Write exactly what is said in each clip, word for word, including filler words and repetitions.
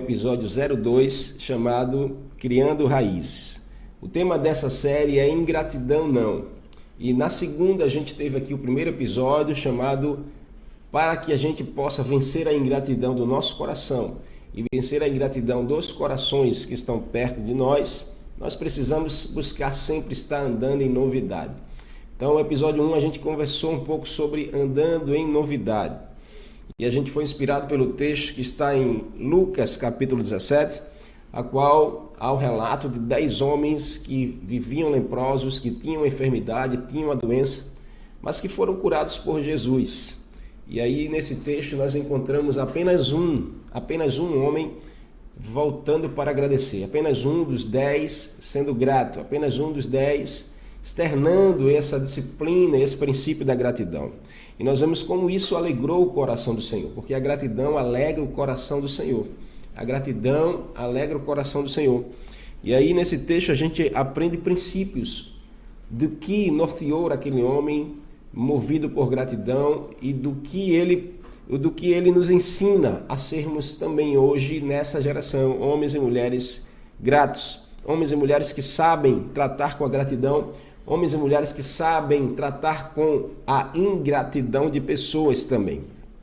episódio zero dois, chamado Criando Raízes. O tema dessa série é ingratidão não. E na segunda a gente teve aqui o primeiro episódio chamado Para que a gente possa vencer a ingratidão do nosso coração e vencer a ingratidão dos corações que estão perto de nós, nós precisamos buscar sempre estar andando em novidade. Então, no episódio um a gente conversou um pouco sobre andando em novidade. E a gente foi inspirado pelo texto que está em Lucas capítulo dezessete, a qual há o relato de dez homens que viviam leprosos, que tinham enfermidade, tinham a doença, mas que foram curados por Jesus. E aí nesse texto nós encontramos apenas um, apenas um homem voltando para agradecer, apenas um dos dez sendo grato, apenas um dos dez externando essa disciplina, esse princípio da gratidão. E nós vemos como isso alegrou o coração do Senhor, porque a gratidão alegra o coração do Senhor. A gratidão alegra o coração do Senhor. E aí nesse texto a gente aprende princípios do que norteou aquele homem movido por gratidão e do que ele, do que ele nos ensina a sermos também hoje nessa geração, homens e mulheres gratos, homens e mulheres que sabem tratar com a gratidão, homens e mulheres que sabem tratar com a ingratidão de pessoas também.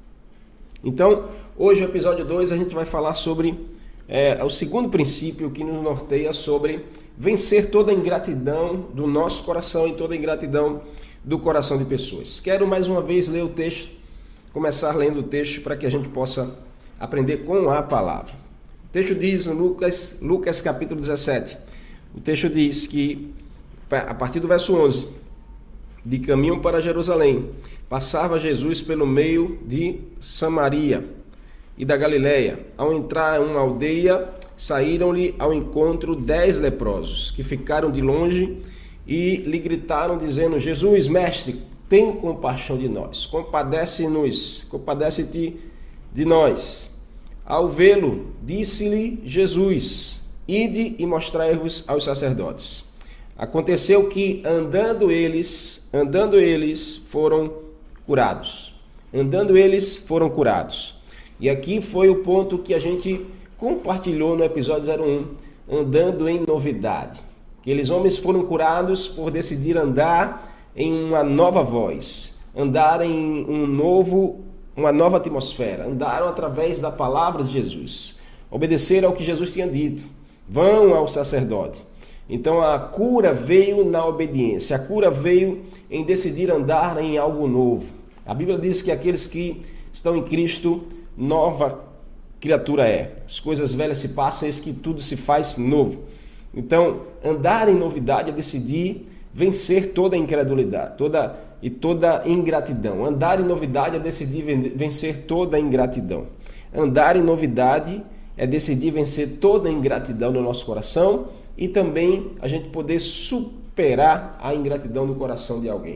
Então, hoje no episódio dois a gente vai falar sobre é, o segundo princípio que nos norteia sobre vencer toda a ingratidão do nosso coração e toda a ingratidão do coração de pessoas. Quero mais uma vez ler o texto, começar lendo o texto para que a gente possa aprender com a palavra. O texto diz em Lucas, Lucas capítulo dezessete, o texto diz que a partir do verso onze, de caminho para Jerusalém, passava Jesus pelo meio de Samaria e da Galileia. Ao entrar em uma aldeia, saíram-lhe ao encontro dez leprosos, que ficaram de longe e lhe gritaram, dizendo: Jesus, mestre, tem compaixão de nós, compadece-nos, compadece-te de nós. Ao vê-lo, disse-lhe Jesus: ide e mostrai-vos aos sacerdotes. Aconteceu que, andando eles, andando eles, foram curados. Andando eles, foram curados. E aqui foi o ponto que a gente compartilhou no episódio zero um, andando em novidade. Aqueles homens foram curados por decidir andar em uma nova voz, andar em um novo, uma nova atmosfera, andaram através da palavra de Jesus, obedeceram ao que Jesus tinha dito, vão ao sacerdote. Então a cura veio na obediência, a cura veio em decidir andar em algo novo. A Bíblia diz que aqueles que estão em Cristo, nova criatura é. As coisas velhas se passam, eis que tudo se faz novo. Então, andar em novidade é decidir vencer toda a incredulidade toda, e toda ingratidão. Andar em novidade é decidir vencer toda a ingratidão. Andar em novidade é decidir vencer toda a ingratidão no nosso coração e também a gente poder superar a ingratidão do coração de alguém.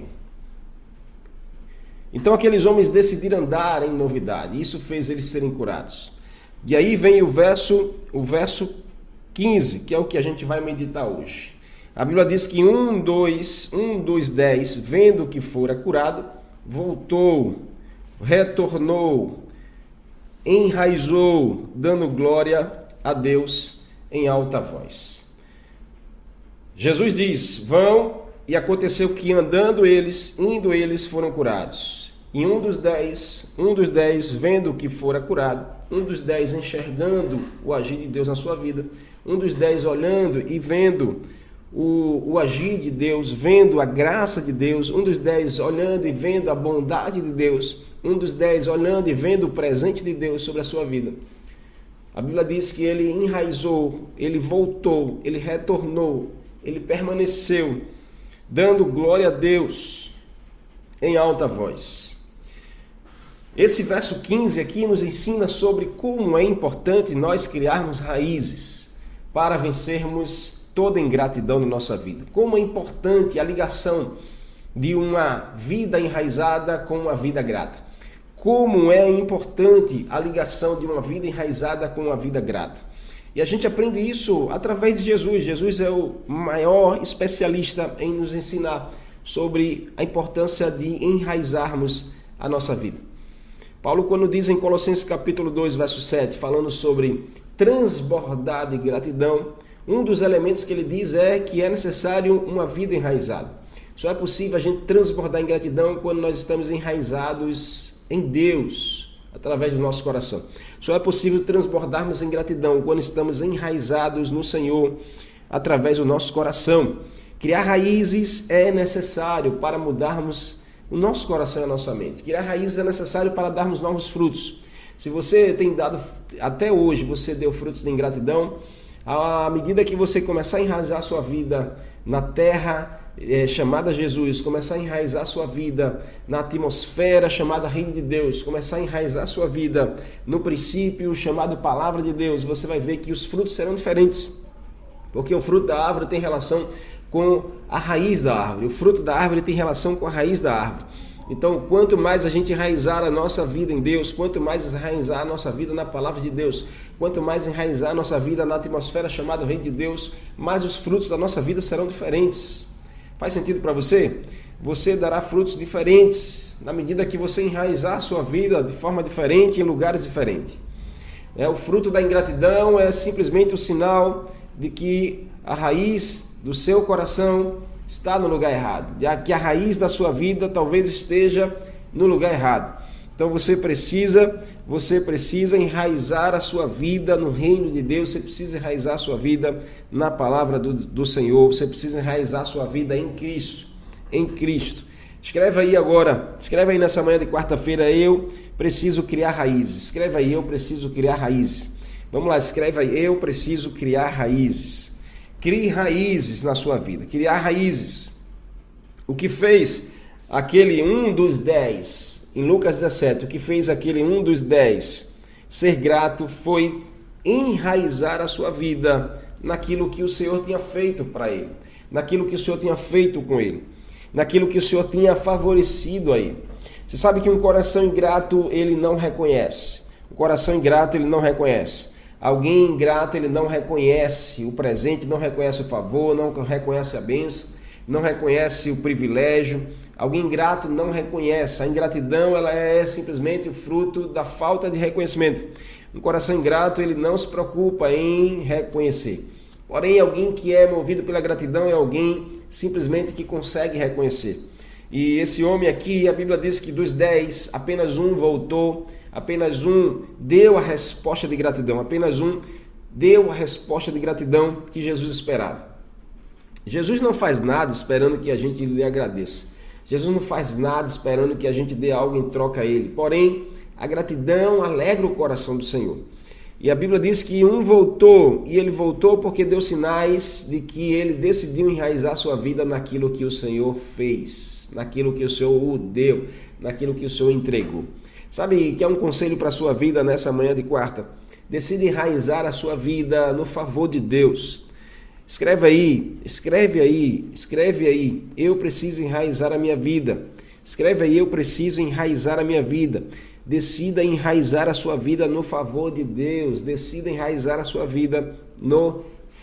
Então aqueles homens decidiram andar em novidade, isso fez eles serem curados. E aí vem o verso, o verso quinze, que é o que a gente vai meditar hoje. A Bíblia diz que um, dois, um dos dez, vendo que fora curado, voltou, retornou, enraizou, dando glória a Deus em alta voz. Jesus diz: vão, e aconteceu que andando eles, indo eles, foram curados. E um dos dez, um dos dez, vendo que fora curado, um dos dez enxergando o agir de Deus na sua vida, um dos dez olhando e vendo o, o agir de Deus, vendo a graça de Deus, um dos dez olhando e vendo a bondade de Deus, um dos dez olhando e vendo o presente de Deus sobre a sua vida. A Bíblia diz que ele enraizou, ele voltou, ele retornou, ele permaneceu, dando glória a Deus em alta voz. Esse verso quinze aqui nos ensina sobre como é importante nós criarmos raízes para vencermos toda ingratidão na nossa vida. Como é importante a ligação de uma vida enraizada com uma vida grata. Como é importante a ligação de uma vida enraizada com uma vida grata. E a gente aprende isso através de Jesus. Jesus é o maior especialista em nos ensinar sobre a importância de enraizarmos a nossa vida. Paulo, quando diz em Colossenses capítulo dois, verso sete, falando sobre transbordar de gratidão, um dos elementos que ele diz é que é necessário uma vida enraizada. Só é possível a gente transbordar em gratidão quando nós estamos enraizados em Deus, através do nosso coração. Só é possível transbordarmos em gratidão quando estamos enraizados no Senhor, através do nosso coração. Criar raízes é necessário para mudarmos o nosso coração e a nossa mente. Criar raízes é necessário para darmos novos frutos. Se você tem dado, até hoje, você deu frutos de ingratidão, à medida que você começar a enraizar a sua vida na terra é, chamada Jesus, começar a enraizar a sua vida na atmosfera chamada Reino de Deus, começar a enraizar a sua vida no princípio chamado Palavra de Deus, você vai ver que os frutos serão diferentes. Porque o fruto da árvore tem relação com a raiz da árvore. O fruto da árvore tem relação com a raiz da árvore. Então, quanto mais a gente enraizar a nossa vida em Deus, quanto mais enraizar a nossa vida na palavra de Deus, quanto mais enraizar a nossa vida na atmosfera chamada Reino de Deus, mais os frutos da nossa vida serão diferentes. Faz sentido para você? Você dará frutos diferentes na medida que você enraizar a sua vida de forma diferente, em lugares diferentes. É, o fruto da ingratidão é simplesmente o sinal de que a raiz do seu coração está no lugar errado, que a raiz da sua vida talvez esteja no lugar errado. Então você precisa, você precisa enraizar a sua vida no reino de Deus, você precisa enraizar a sua vida na palavra do, do Senhor, você precisa enraizar a sua vida em Cristo, em Cristo. Escreve aí agora, escreve aí nessa manhã de quarta-feira, eu preciso criar raízes. Escreve aí, eu preciso criar raízes. Vamos lá, escreve aí, eu preciso criar raízes. Crie raízes na sua vida, criar raízes. O que fez aquele um dos dez, em Lucas dezessete, o que fez aquele um dos dez ser grato foi enraizar a sua vida naquilo que o Senhor tinha feito para ele, naquilo que o Senhor tinha feito com ele, naquilo que o Senhor tinha favorecido a ele. Você sabe que um coração ingrato, ele não reconhece. O coração ingrato, ele não reconhece. Alguém ingrato, ele não reconhece o presente, não reconhece o favor, não reconhece a bênção, não reconhece o privilégio. Alguém ingrato não reconhece. A ingratidão, ela é simplesmente o fruto da falta de reconhecimento. Um coração ingrato, ele não se preocupa em reconhecer. Porém, alguém que é movido pela gratidão é alguém simplesmente que consegue reconhecer. E esse homem aqui, a Bíblia diz que dos dez, apenas um voltou, apenas um deu a resposta de gratidão, apenas um deu a resposta de gratidão que Jesus esperava. Jesus não faz nada esperando que a gente lhe agradeça. Jesus não faz nada esperando que a gente dê algo em troca a ele. Porém, a gratidão alegra o coração do Senhor. E a Bíblia diz que um voltou, e ele voltou porque deu sinais de que ele decidiu enraizar sua vida naquilo que o Senhor fez, naquilo que o Senhor o deu, naquilo que o Senhor entregou. Sabe que é um conselho para a sua vida nessa manhã de quarta? Decida enraizar a sua vida no favor de Deus. Escreve aí, escreve aí, escreve aí, eu preciso enraizar a minha vida. Escreve aí, eu preciso enraizar a minha vida. Decida enraizar a sua vida no favor de Deus. Decida enraizar a sua vida no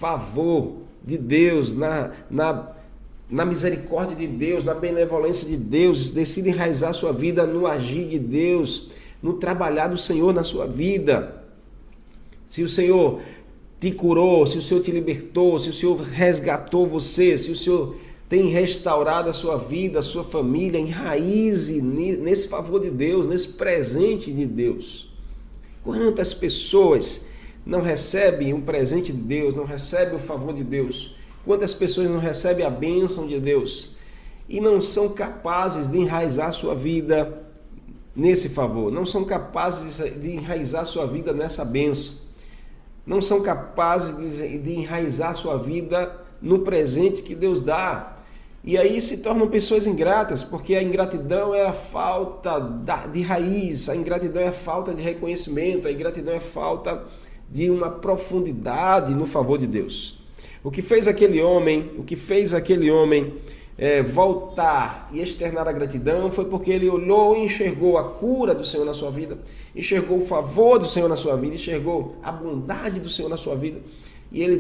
favor de Deus, na, na, na misericórdia de Deus, na benevolência de Deus. Decida enraizar a sua vida no agir de Deus, no trabalhar do Senhor na sua vida. Se o Senhor te curou, se o Senhor te libertou, se o Senhor resgatou você, se o Senhor tem restaurado a sua vida, a sua família, enraize nesse favor de Deus, nesse presente de Deus. Quantas pessoas não recebem um presente de Deus, não recebem o favor de Deus? Quantas pessoas não recebem a bênção de Deus e não são capazes de enraizar a sua vida nesse favor, não são capazes de enraizar a sua vida nessa bênção, não são capazes de enraizar a sua vida no presente que Deus dá. E aí se tornam pessoas ingratas, porque a ingratidão é a falta de raiz, a ingratidão é a falta de reconhecimento, a ingratidão é a falta de uma profundidade no favor de Deus. O que fez aquele homem, o que fez aquele homem é, voltar e externar a gratidão foi porque ele olhou e enxergou a cura do Senhor na sua vida, enxergou o favor do Senhor na sua vida, enxergou a bondade do Senhor na sua vida, e ele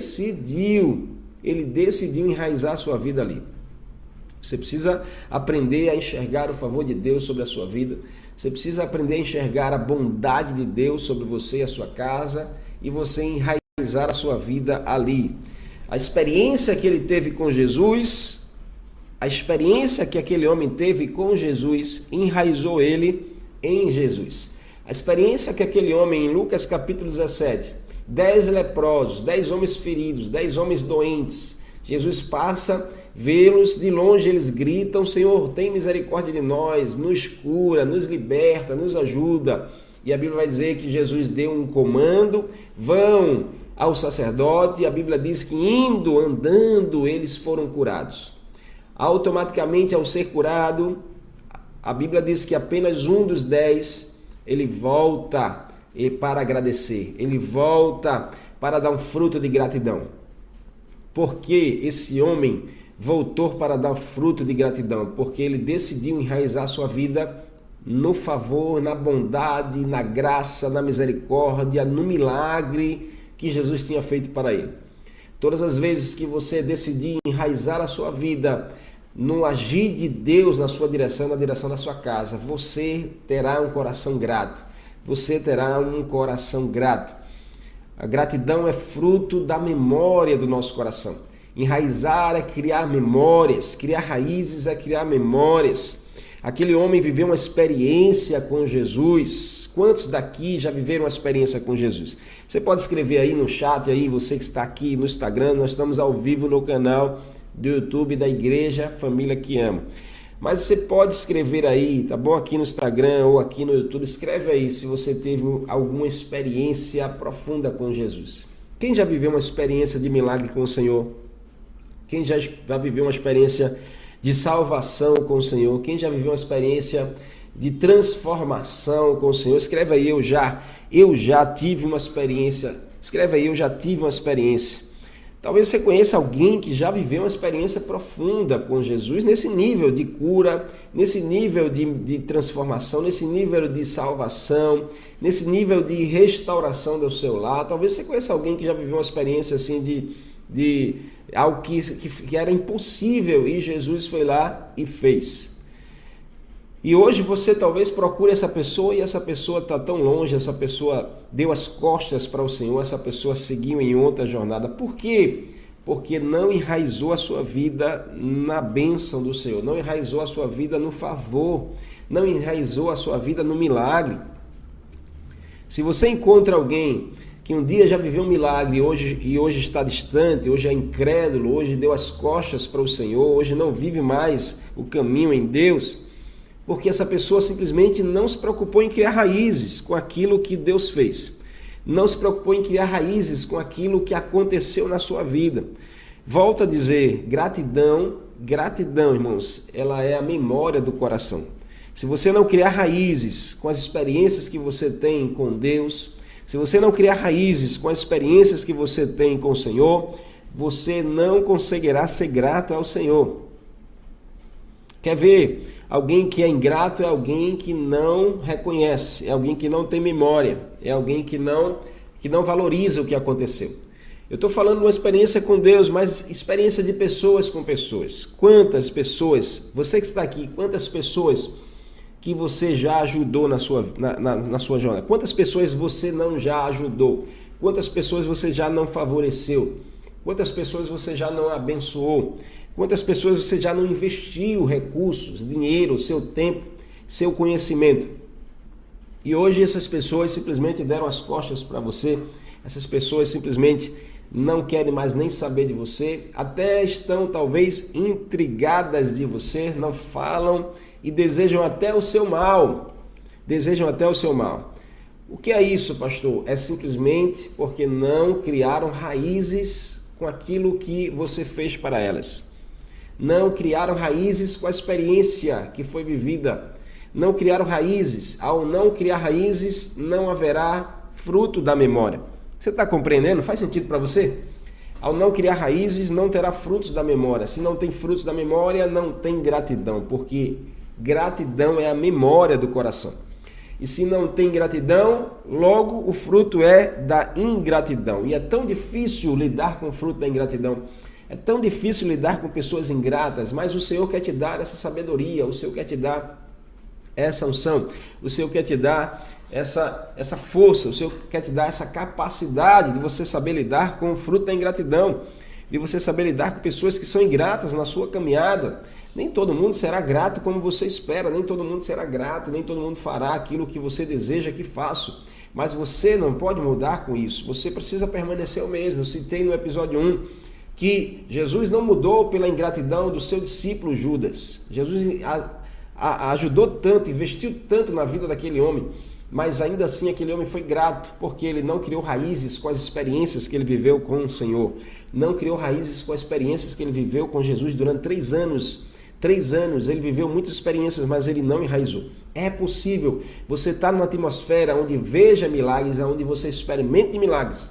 decidiu, ele decidiu enraizar a sua vida ali. Você precisa aprender a enxergar o favor de Deus sobre a sua vida. Você precisa aprender a enxergar a bondade de Deus sobre você e a sua casa. e você enraizar a sua vida ali. A experiência que ele teve com Jesus, a experiência que aquele homem teve com Jesus, enraizou ele em Jesus. A experiência que aquele homem, em Lucas capítulo dezessete, dez leprosos, dez homens feridos, dez homens doentes, Jesus passa, vê-los de longe, eles gritam: Senhor, tem misericórdia de nós, nos cura, nos liberta, nos ajuda. E a Bíblia vai dizer que Jesus deu um comando: vão ao sacerdote, e a Bíblia diz que indo, andando, eles foram curados. Automaticamente, ao ser curado, a Bíblia diz que apenas um dos dez, ele volta para agradecer, ele volta para dar um fruto de gratidão. Por que esse homem voltou para dar fruto de gratidão? Porque ele decidiu enraizar sua vida no favor, na bondade, na graça, na misericórdia, no milagre que Jesus tinha feito para ele. Todas as vezes que você decidir enraizar a sua vida no agir de Deus na sua direção, na direção da sua casa, você terá um coração grato. Você terá um coração grato. A gratidão é fruto da memória do nosso coração. Enraizar é criar memórias, criar raízes é criar memórias. Aquele homem viveu uma experiência com Jesus. Quantos daqui já viveram uma experiência com Jesus? Você pode escrever aí no chat, aí, você que está aqui no Instagram, nós estamos ao vivo no canal do YouTube da Igreja Família que Ama. Mas você pode escrever aí, tá bom? Aqui no Instagram ou aqui no YouTube, escreve aí se você teve alguma experiência profunda com Jesus. Quem já viveu uma experiência de milagre com o Senhor? Quem já, já viveu uma experiência de salvação com o Senhor? Quem já viveu uma experiência de transformação com o Senhor? Escreve aí, eu já, eu já tive uma experiência. Escreve aí, eu já tive uma experiência. Talvez você conheça alguém que já viveu uma experiência profunda com Jesus, nesse nível de cura, nesse nível de, de transformação, nesse nível de salvação, nesse nível de restauração do seu lar. Talvez você conheça alguém que já viveu uma experiência assim de, de algo que, que, que era impossível e Jesus foi lá e fez. E hoje você talvez procure essa pessoa e essa pessoa está tão longe, essa pessoa deu as costas para o Senhor, essa pessoa seguiu em outra jornada. Por quê? Porque não enraizou a sua vida na bênção do Senhor, não enraizou a sua vida no favor, não enraizou a sua vida no milagre. Se você encontra alguém que um dia já viveu um milagre hoje, e hoje está distante, hoje é incrédulo, hoje deu as costas para o Senhor, hoje não vive mais o caminho em Deus, porque essa pessoa simplesmente não se preocupou em criar raízes com aquilo que Deus fez. Não se preocupou em criar raízes com aquilo que aconteceu na sua vida. Volto a dizer, gratidão, gratidão, irmãos, ela é a memória do coração. Se você não criar raízes com as experiências que você tem com Deus, se você não criar raízes com as experiências que você tem com o Senhor, você não conseguirá ser grato ao Senhor. Quer ver? Alguém que é ingrato é alguém que não reconhece, é alguém que não tem memória, é alguém que não, que não valoriza o que aconteceu. Eu estou falando de uma experiência com Deus, mas experiência de pessoas com pessoas. Quantas pessoas, você que está aqui, quantas pessoas que você já ajudou na sua, na, na, na sua jornada? Quantas pessoas você não já ajudou? Quantas pessoas você já não favoreceu? Quantas pessoas você já não abençoou? Quantas pessoas você já não investiu recursos, dinheiro, seu tempo, seu conhecimento? E hoje essas pessoas simplesmente deram as costas para você, essas pessoas simplesmente não querem mais nem saber de você, até estão talvez intrigadas de você, não falam e desejam até o seu mal, desejam até o seu mal. O que é isso, pastor? É simplesmente porque não criaram raízes com aquilo que você fez para elas. Não criaram raízes com a experiência que foi vivida. Não criaram raízes. Ao não criar raízes, não haverá fruto da memória. Você está compreendendo? Faz sentido para você? Ao não criar raízes, não terá frutos da memória. Se não tem frutos da memória, não tem gratidão, porque gratidão é a memória do coração. E se não tem gratidão, logo o fruto é da ingratidão. E é tão difícil lidar com o fruto da ingratidão. É tão difícil lidar com pessoas ingratas, mas o Senhor quer te dar essa sabedoria, o Senhor quer te dar essa unção, o Senhor quer te dar essa, essa força, o Senhor quer te dar essa capacidade de você saber lidar com o fruto da ingratidão, de você saber lidar com pessoas que são ingratas na sua caminhada. Nem todo mundo será grato como você espera, nem todo mundo será grato, nem todo mundo fará aquilo que você deseja que faça. Mas você não pode mudar com isso, você precisa permanecer o mesmo. Eu citei no episódio um que Jesus não mudou pela ingratidão do seu discípulo Judas. Jesus a, a, ajudou tanto, investiu tanto na vida daquele homem, mas ainda assim aquele homem foi grato, porque ele não criou raízes com as experiências que ele viveu com o Senhor, não criou raízes com as experiências que ele viveu com Jesus durante três anos. Três anos, ele viveu muitas experiências, mas ele não enraizou. É possível você estar numa atmosfera onde veja milagres, onde você experimente milagres,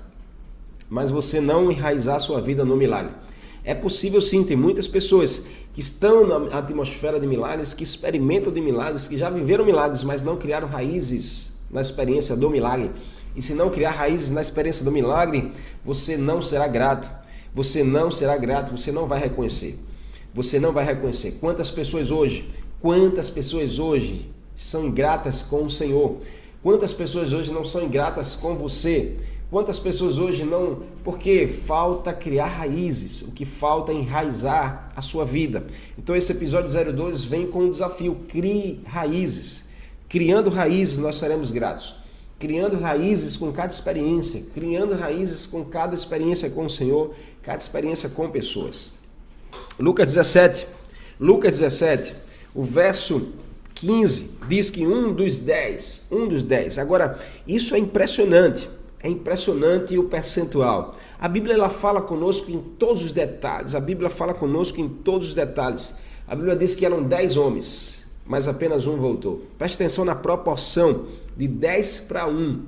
mas você não enraizar a sua vida no milagre. É possível sim, tem muitas pessoas que estão na atmosfera de milagres, que experimentam de milagres, que já viveram milagres, mas não criaram raízes na experiência do milagre. E se não criar raízes na experiência do milagre, você não será grato. Você não será grato, você não vai reconhecer. Você não vai reconhecer. Quantas pessoas hoje, quantas pessoas hoje são ingratas com o Senhor? Quantas pessoas hoje não são ingratas com você? Quantas pessoas hoje não... Porque falta criar raízes, o que falta é enraizar a sua vida. Então esse episódio zero dois vem com um desafio: crie raízes. Criando raízes nós seremos gratos. Criando raízes com cada experiência, criando raízes com cada experiência com o Senhor, cada experiência com pessoas. Lucas dezessete, Lucas dezessete, o verso quinze, diz que um dos dez, um dos dez. Agora, isso é impressionante, é impressionante o percentual. A Bíblia ela fala conosco em todos os detalhes, a Bíblia fala conosco em todos os detalhes. A Bíblia diz que eram dez homens, mas apenas um voltou. Preste atenção na proporção de dez para um,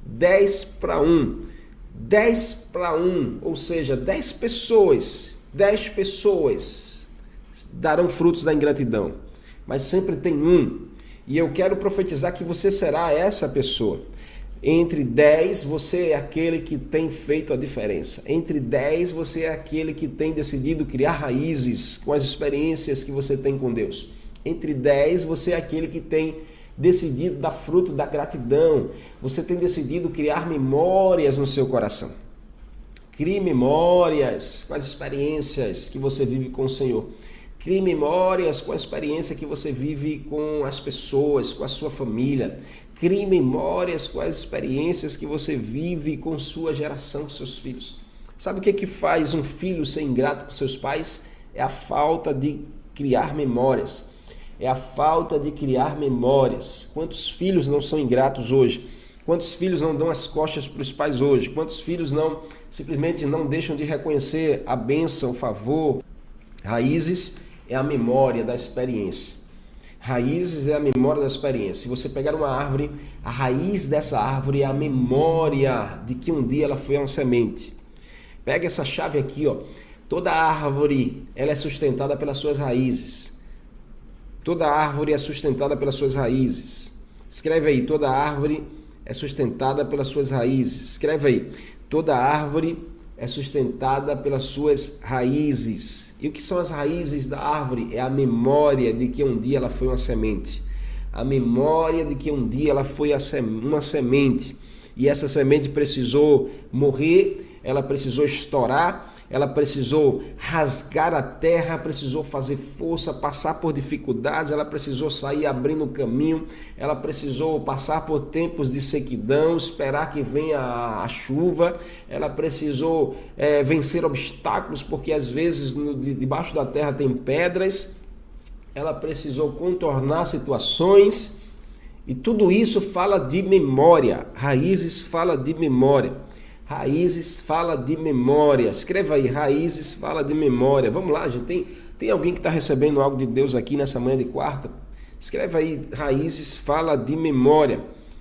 dez para um, dez para um, ou seja, dez pessoas, dez pessoas darão frutos da ingratidão, mas sempre tem um, e eu quero profetizar que você será essa pessoa. Entre dez, você é aquele que tem feito a diferença. Entre dez, você é aquele que tem decidido criar raízes com as experiências que você tem com Deus. Entre dez, você é aquele que tem decidido dar fruto da gratidão. Você tem decidido criar memórias no seu coração. Crie memórias com as experiências que você vive com o Senhor. Crie memórias com a experiência que você vive com as pessoas, com a sua família. Crie memórias com as experiências que você vive com sua geração, com seus filhos. Sabe o que é que faz um filho ser ingrato com seus pais? É a falta de criar memórias. É a falta de criar memórias. Quantos filhos não são ingratos hoje? Quantos filhos não dão as costas para os pais hoje? Quantos filhos não simplesmente não deixam de reconhecer a bênção, o favor? Raízes é a memória da experiência. Raízes é a memória da experiência. Se você pegar uma árvore, a raiz dessa árvore é a memória de que um dia ela foi uma semente. Pega essa chave aqui, ó. Toda árvore ela é sustentada pelas suas raízes. Toda árvore é sustentada pelas suas raízes. Escreve aí, toda árvore é sustentada pelas suas raízes. Escreve aí, toda árvore é sustentada pelas suas raízes. E o que são as raízes da árvore? É a memória de que um dia ela foi uma semente. A memória de que um dia ela foi uma semente. E essa semente precisou morrer, ela precisou estourar, ela precisou rasgar a terra, precisou fazer força, passar por dificuldades, ela precisou sair abrindo o caminho, ela precisou passar por tempos de sequidão, esperar que venha a, a chuva, ela precisou é, vencer obstáculos, porque às vezes no, de, debaixo da terra tem pedras, ela precisou contornar situações, e tudo isso fala de memória. Raízes fala de memória. Raízes fala de memória. Escreva aí, raízes fala de memória. Vamos lá, gente. Tem, tem alguém que está recebendo algo de Deus aqui nessa manhã de quarta? Escreva aí, raízes fala de memória.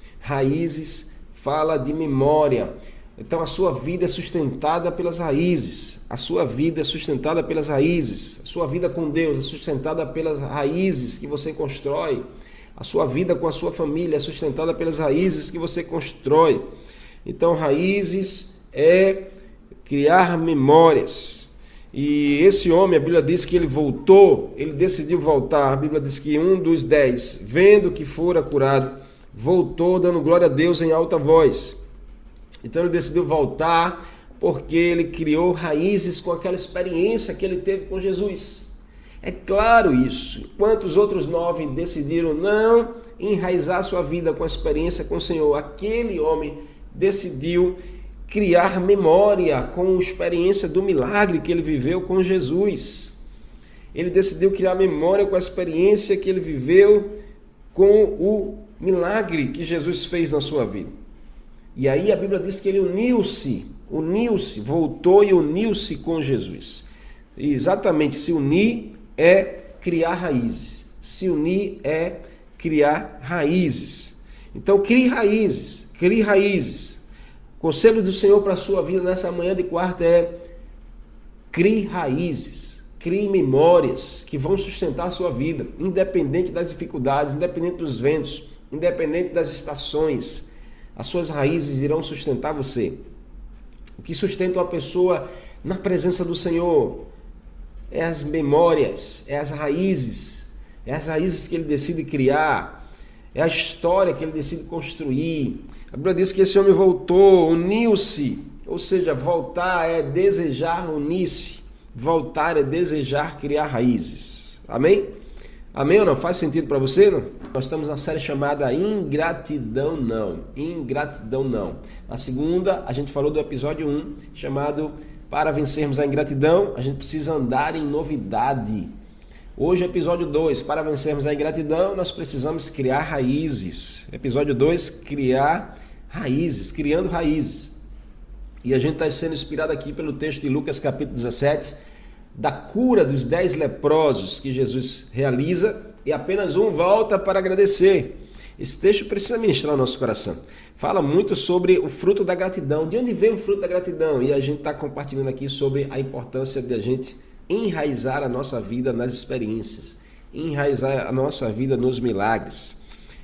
Raízes fala de memória. Então a sua vida é sustentada pelas raízes. A sua vida é sustentada pelas raízes. A sua vida com Deus é sustentada pelas raízes que você constrói. A sua vida com a sua família é sustentada pelas raízes que você constrói. Então, raízes é criar memórias. E esse homem, a Bíblia diz que ele voltou, ele decidiu voltar. A Bíblia diz que um dos dez, vendo que fora curado, voltou dando glória a Deus em alta voz. Então ele decidiu voltar porque ele criou raízes com aquela experiência que ele teve com Jesus. É claro isso. Quantos outros nove decidiram não enraizar sua vida com a experiência com o Senhor? Aquele homem decidiu criar memória com a experiência do milagre que ele viveu com Jesus. Ele decidiu criar memória com a experiência que ele viveu com o milagre que Jesus fez na sua vida. E aí a Bíblia diz que ele uniu-se, uniu-se, voltou e uniu-se com Jesus. E exatamente, se unir é criar raízes. Se unir é criar raízes. Então crie raízes, crie raízes. O conselho do Senhor para a sua vida nessa manhã de quarta é: crie raízes, crie memórias que vão sustentar a sua vida, independente das dificuldades, independente dos ventos, independente das estações. As suas raízes irão sustentar você. O que sustenta uma pessoa na presença do Senhor é as memórias, é as raízes, é as raízes que ele decide criar, é a história que ele decide construir. A Bíblia diz que esse homem voltou, uniu-se, ou seja, voltar é desejar unir-se, voltar é desejar criar raízes. Amém? Amém ou não? Faz sentido para você? Não? Nós estamos na série chamada Ingratidão Não. Ingratidão Não. Na segunda, a gente falou do episódio um, chamado Para Vencermos a Ingratidão, a gente precisa andar em novidade. Hoje, episódio dois, para vencermos a ingratidão, nós precisamos criar raízes. Episódio dois, criar raízes, criando raízes. E a gente está sendo inspirado aqui pelo texto de Lucas capítulo dezessete, da cura dos dez leprosos que Jesus realiza e apenas um volta para agradecer. Esse texto precisa ministrar o nosso coração. Fala muito sobre o fruto da gratidão. De onde vem o fruto da gratidão? E a gente está compartilhando aqui sobre a importância de a gente enraizar a nossa vida nas experiências, enraizar a nossa vida nos milagres.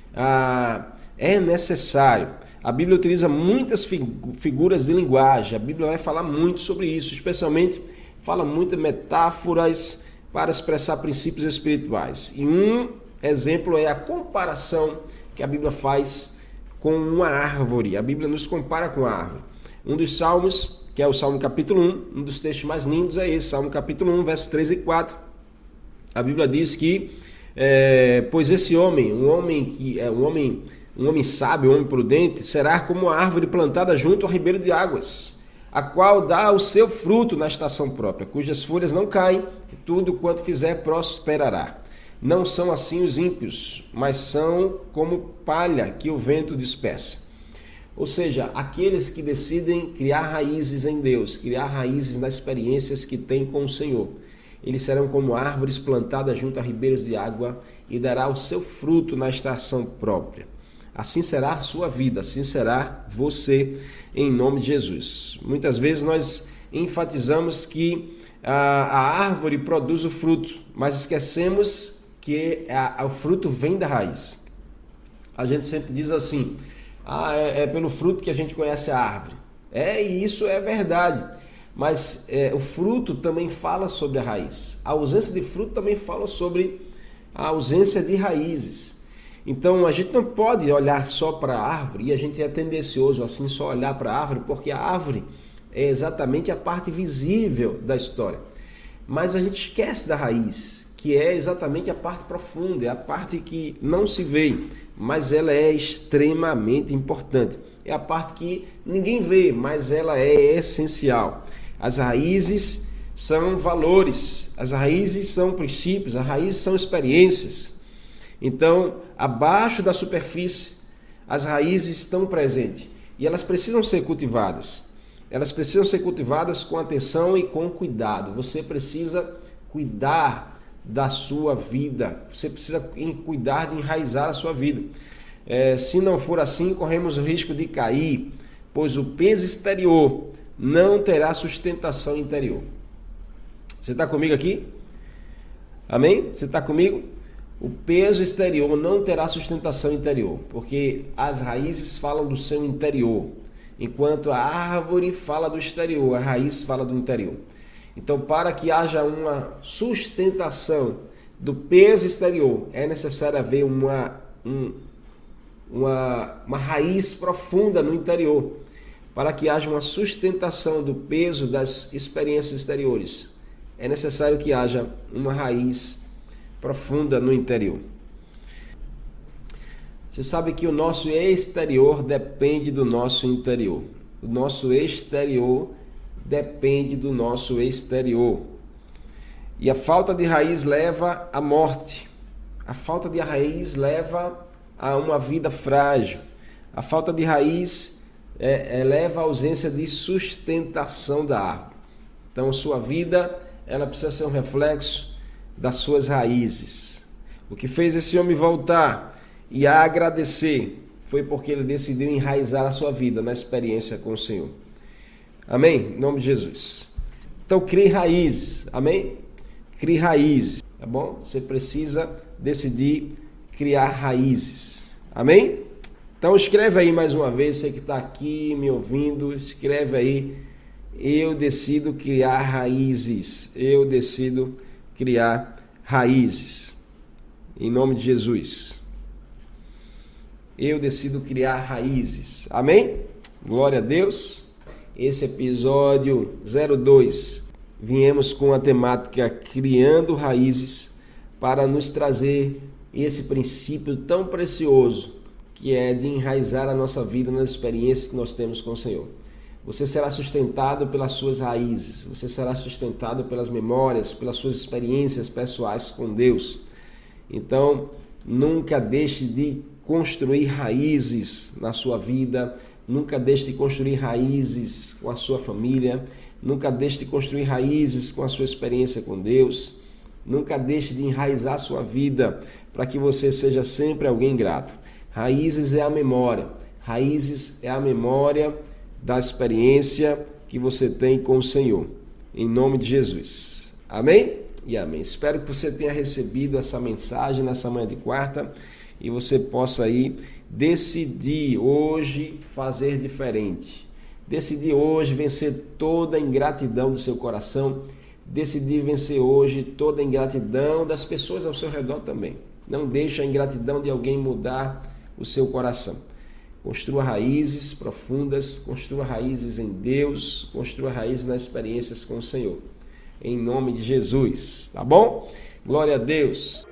Ah, é necessário. A Bíblia utiliza muitas figuras de linguagem, a Bíblia vai falar muito sobre isso, especialmente fala muito de metáforas para expressar princípios espirituais. E um exemplo é a comparação que a Bíblia faz com uma árvore. A Bíblia nos compara com a árvore. Um dos salmos, que é o Salmo capítulo um, um dos textos mais lindos é esse, Salmo capítulo um, versos três e quatro. A Bíblia diz que, é, pois esse homem, um homem que é um homem, um homem sábio, um homem prudente, será como uma árvore plantada junto ao ribeiro de águas, a qual dá o seu fruto na estação própria, cujas folhas não caem, e tudo quanto fizer prosperará. Não são assim os ímpios, mas são como palha que o vento dispersa. Ou seja, aqueles que decidem criar raízes em Deus, criar raízes nas experiências que têm com o Senhor, eles serão como árvores plantadas junto a ribeiros de água e dará o seu fruto na estação própria. Assim será a sua vida, assim será você, em nome de Jesus. Muitas vezes nós enfatizamos que a, a árvore produz o fruto, mas esquecemos que a, a, o fruto vem da raiz. A gente sempre diz assim: ah, é, é pelo fruto que a gente conhece a árvore. É, e isso é verdade. Mas é, o fruto também fala sobre a raiz. A ausência de fruto também fala sobre a ausência de raízes. Então a gente não pode olhar só para a árvore, e a gente é tendencioso assim só olhar para a árvore, porque a árvore é exatamente a parte visível da história. Mas a gente esquece da raiz, que é exatamente a parte profunda, é a parte que não se vê, mas ela é extremamente importante. É a parte que ninguém vê, mas ela é essencial. As raízes são valores, as raízes são princípios, as raízes são experiências. Então, abaixo da superfície, as raízes estão presentes e elas precisam ser cultivadas. Elas precisam ser cultivadas com atenção e com cuidado. Você precisa cuidar da sua vida. Você precisa cuidar de enraizar a sua vida. É, se não for assim, corremos o risco de cair, pois o peso exterior não terá sustentação interior. Você está comigo aqui? Amém? Você está comigo? O peso exterior não terá sustentação interior, porque as raízes falam do seu interior, enquanto a árvore fala do exterior, a raiz fala do interior. Então, para que haja uma sustentação do peso exterior, é necessário haver uma, um, uma, uma raiz profunda no interior. Para que haja uma sustentação do peso das experiências exteriores, é necessário que haja uma raiz profunda no interior. Você sabe que o nosso exterior depende do nosso interior. O nosso exterior depende do nosso exterior. E a falta de raiz leva à morte. A falta de raiz leva a uma vida frágil. A falta de raiz é, é, leva à ausência de sustentação da árvore. Então, sua vida, ela precisa ser um reflexo das suas raízes. O que fez esse homem voltar e a agradecer foi porque ele decidiu enraizar a sua vida na experiência com o Senhor. Amém? Em nome de Jesus. Então, crie raízes. Amém? Crie raízes, tá bom? Você precisa decidir criar raízes. Amém? Então, escreve aí mais uma vez, você que está aqui me ouvindo, escreve aí, eu decido criar raízes. Eu decido criar raízes. Em nome de Jesus. Eu decido criar raízes. Amém? Glória a Deus. Esse episódio zero dois, viemos com a temática Criando Raízes para nos trazer esse princípio tão precioso que é de enraizar a nossa vida nas experiências que nós temos com o Senhor. Você será sustentado pelas suas raízes, você será sustentado pelas memórias, pelas suas experiências pessoais com Deus. Então, nunca deixe de construir raízes na sua vida, nunca deixe de construir raízes com a sua família, nunca deixe de construir raízes com a sua experiência com Deus, nunca deixe de enraizar a sua vida para que você seja sempre alguém grato. Raízes é a memória, raízes é a memória da experiência que você tem com o Senhor, em nome de Jesus. Amém? E amém. Espero que você tenha recebido essa mensagem nessa manhã de quarta e você possa aí decidir hoje fazer diferente. Decidir hoje vencer toda a ingratidão do seu coração. Decidir vencer hoje toda a ingratidão das pessoas ao seu redor também. Não deixe a ingratidão de alguém mudar o seu coração. Construa raízes profundas, construa raízes em Deus, construa raízes nas experiências com o Senhor. Em nome de Jesus, tá bom? Glória a Deus.